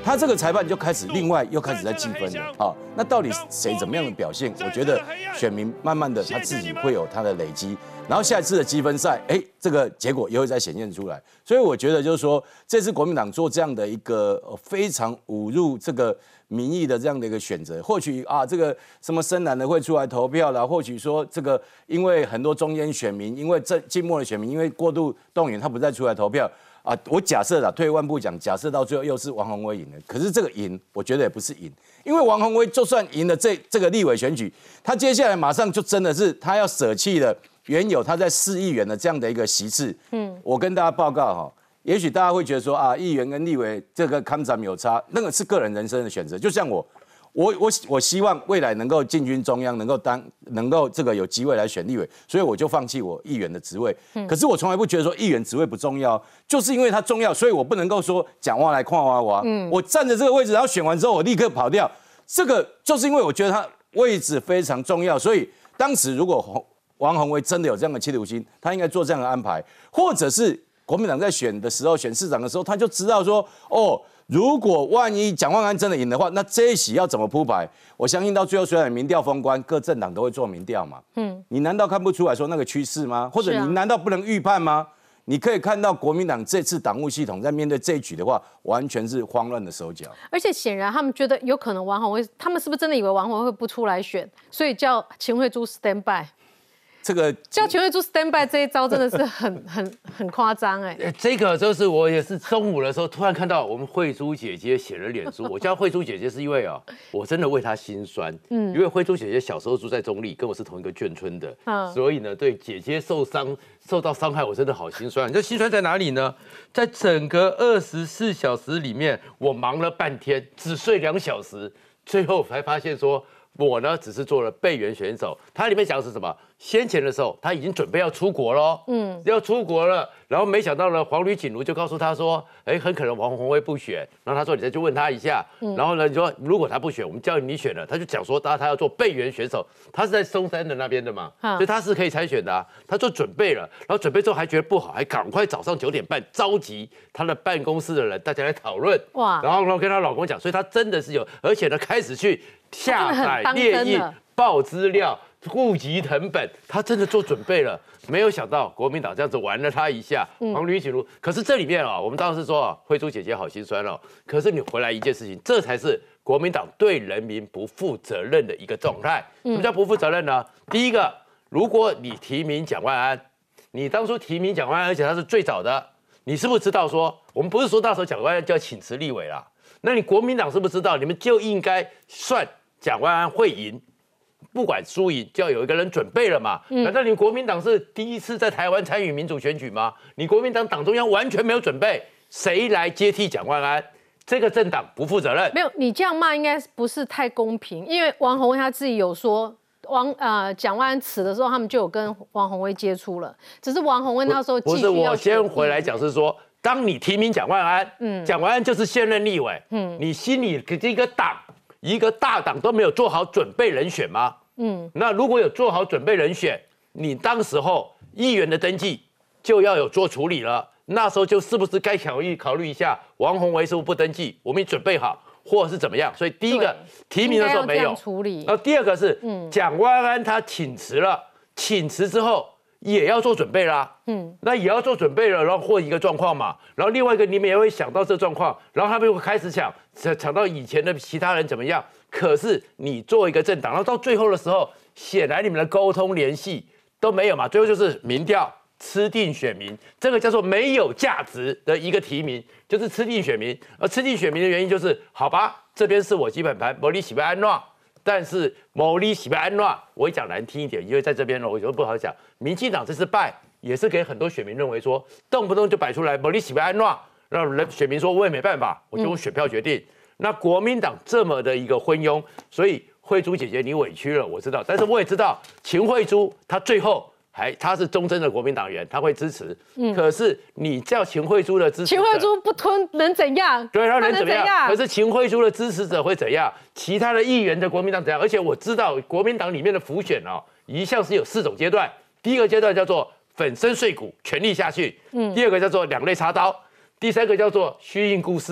他这个裁判就开始另外又开始在计分了啊。那到底谁怎么样的表现？我觉得选民慢慢的他自己会有他的累积，然后下一次的积分赛，哎，这个结果也会再显现出来。所以我觉得就是说，这次国民党做这样的一个非常侮辱这个民意的这样的一个选择，或许啊，这个什么深蓝的会出来投票啦，或许说这个因为很多中间选民，因为这静默的选民，因为过度动员，他不再出来投票。啊，我假设啦，退一万步讲，假设到最后又是王宏威赢了，可是这个赢，我觉得也不是赢，因为王宏威就算赢了这这个立委选举，他接下来马上就真的是他要舍弃了原有他在市议员的这样的一个席次。嗯，我跟大家报告哈，也许大家会觉得说啊，议员跟立委这个看涨有差，那个是个人人生的选择，就像我。我我我希望未来能够进军中央，能够当能够这个有机会来选立委，所以我就放弃我议员的职位。嗯、可是我从来不觉得说议员职位不重要，就是因为它重要，所以我不能够说讲话来看哇哇。嗯，我站着这个位置，然后选完之后我立刻跑掉，这个就是因为我觉得他位置非常重要，所以当时如果王宏威真的有这样的企图心，他应该做这样的安排，或者是国民党在选的时候选市长的时候，他就知道说哦。如果万一蒋万安真的赢的话，那这一席要怎么铺排？我相信到最后虽然民调封关，各政党都会做民调嘛。嗯，你难道看不出来说那个趋势吗？或者你难道不能预判吗？你可以看到国民党这次党务系统在面对这一局的话，完全是慌乱的手脚。 而且显然他们觉得有可能王宏威，他们是不是真的以为王宏威会不出来选，所以叫秦慧珠 stand by？ 这个叫秦慧珠 stand by 这一招真的是很很很夸张哎！ 这个就是我也是中午的时候突然看到我们慧珠姐姐写了脸书，我叫慧珠姐姐是因为啊，我真的为她心酸，嗯，因为慧珠姐姐小时候住在中立，跟我是同一个眷村的，嗯，所以呢，对姐姐受伤受到伤害，我真的好心酸。你这心酸在哪里呢？在整个二十四小时里面，我忙了半天，只睡两小时，最后才发现说。我呢，只是做了备援选手。他里面讲的是什么？先前的时候，他已经准备要出国咯，嗯，要出国了。然后没想到呢，黄吕锦如就告诉他说，哎，很可能王宏威不选。然后他说，你再去问他一下。嗯、然后呢，你说如果他不选，我们叫你选了。他就讲说，他他要做备援选手，他是在松山的那边的嘛，所以他是可以参选的、啊。他做准备了，然后准备之后还觉得不好，还赶快早上九点半召集他的办公室的人，大家来讨论。哇！然后呢，跟他老公讲，所以他真的是有，而且呢，开始去。下载列印、报资料、户籍誊本，他真的做准备了。没有想到国民党这样子玩了他一下，黄吕锦如。可是这里面啊，我们当时说啊，慧珠姐姐好心酸哦。可是你回来一件事情，这才是国民党对人民不负责任的一个状态。什么叫不负责任呢？第一个，如果你提名蒋万安，你当初提名蒋万安，而且他是最早的，你是不是知道说，我们不是说那时候蒋万安就要请辞立委啦？那你国民党是不是知道，你们就应该算蒋万安会赢，不管输赢，就要有一个人准备了嘛？嗯、难道你国民党是第一次在台湾参与民主选举吗？你国民党党中央完全没有准备，谁来接替蒋万安？这个政党不负责任。 没有，你这样骂应该不是太公平，因为王宏威他自己有说。王呃蒋万安辞的时候，他们就有跟王宏威接触了，只是王宏威那时候继续要不是我先回来讲是说。当你提名蒋万安，嗯，蒋万安就是现任立委，嗯，你心里一个党、一个大党都没有做好准备人选吗？嗯，那如果有做好准备人选，你当时候议员的登记就要有做处理了，那时候就是不是该考虑考虑一下王宏威是不是不登记，我们准备好，或者是怎么样？所以第一个提名的时候没有处理， 然后第二个是，嗯，蒋万安他请辞了，请辞之后。也要做准备啦，嗯，那也要做准备了，然后或一个状况嘛，然后另外一个你们也会想到这状况，然后他们又开始想想到以前的其他人怎么样，可是你做一个政党，然后到最后的时候，显然你们的沟通联系都没有嘛，最后就是民调吃定选民，这个叫做没有价值的一个提名，就是吃定选民，而吃定选民的原因就是，好吧，这边是我基本盘，我你喜不安诺。但是某利喜被安诺，我讲难听一点，因为在这边呢，我觉得不好讲。民进党这次败，也是给很多选民认为说，动不动就摆出来某利喜被安诺，让人选民说我也没办法，我就用选票决定。嗯、那国民党这么的一个昏庸，所以慧珠姐姐你委屈了，我知道，但是我也知道秦慧珠她最后。还他是忠贞的国民党员，他会支持。嗯，可是你叫秦慧珠的支持者， 秦慧珠不吞能怎样？ 对，他能怎么样？可是秦慧珠的支持者会怎样？其他的议员的国民党怎样？而且我知道国民党里面的辅选哦，一向是有四种阶段。第一个阶段叫做粉身碎骨，全力下去。嗯。第二个叫做两肋插刀。第三个叫做虚应故事，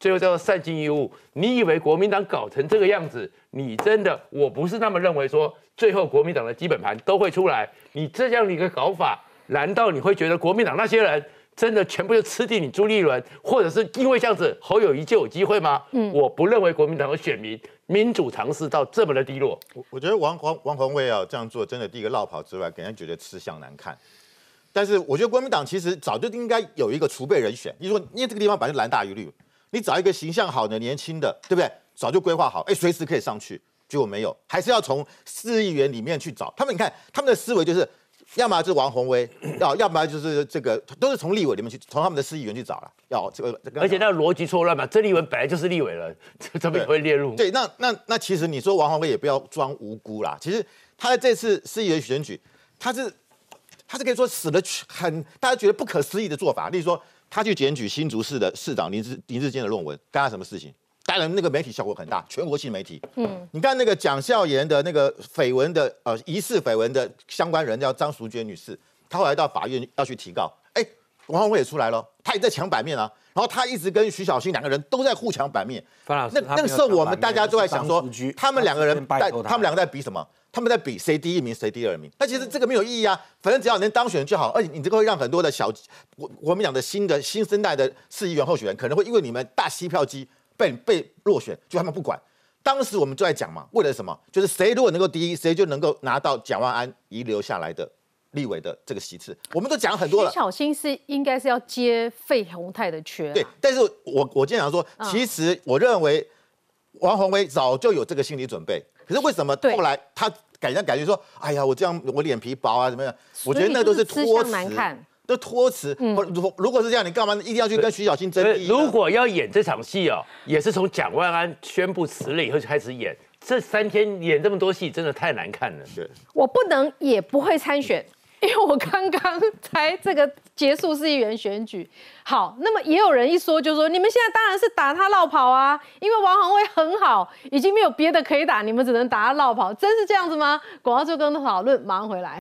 最后叫做善尽义务。你以为国民党搞成这个样子，你真的我不是那么认为说，最后国民党的基本盘都会出来。你这样的一个搞法，难道你会觉得国民党那些人真的全部就吃定你朱立伦，或者是因为这样子侯友宜就有机会吗？嗯，我不认为国民党的选民民主常识到这么的低落。 我我觉得王王王宏威啊这样做，真的第一个落跑之外，给人觉得吃相难看。但是我觉得国民党其实早就应该有一个储备人选。你说，因为这个地方本来就蓝大于绿，你找一个形象好的、年轻的，对不对？早就规划好，哎，随时可以上去。结果没有，还是要从市议员里面去找他们。你看他们的思维就是，要么就是王宏威，要要么就是这个，都是从立委里面去，从他们的市议员去找了。要这个， 而且那个逻辑错乱嘛，曾立文本来就是立委了，怎么也会列入？ 对，那那那其实你说王宏威也不要装无辜啦。其实他在这次市议员选举，他是。他是可以说死了很大家觉得不可思议的做法，例如说他去检举新竹市的市长林志林志坚的论文，干他什么事情？当然那个媒体效果很大，全国性媒体。嗯，你看那个蒋孝严的那个绯闻的呃疑似绯闻的相关人叫张淑娟女士，她后来到法院要去提告，哎，王宏威也出来了，他也在抢版面啊，然后他一直跟徐小新两个人都在互抢版面。 范老师， 那那个时候我们大家都在想说，他们两个人在他们两个在比什么？他们在比谁第一名谁第二名，那其实这个没有意义啊，反正只要能当选就好。而且你这个会让很多的小国国民党的新的新生代的市议员候选人，可能会因为你们大吸票机被被落选，就他们不管。当时我们就在讲嘛，为了什么？就是谁如果能够第一，谁就能够拿到蒋万安遗留下来的立委的这个席次。我们都讲很多了。 徐小新是应该是要接费鸿泰的缺。 对，但是我我今天想说，其实我认为王宏威早就有这个心理准备。可是为什么后来他感觉感觉说，哎呀，我这样我脸皮薄啊，怎么样？我觉得那都是托词，都托词。嗯，如如果是这样，你干嘛一定要去跟徐小新争议？ 如果要演这场戏哦，也是从蒋万安宣布辞了以后就开始演。这三天演这么多戏，真的太难看了。 对， 我不能也不会参选。因为我刚刚才这个结束市议员选举，好，那么也有人一说就说，你们现在当然是打他落跑啊，因为王宏威很好，已经没有别的可以打，你们只能打他落跑，真是这样子吗？广告就跟讨论，马上回来。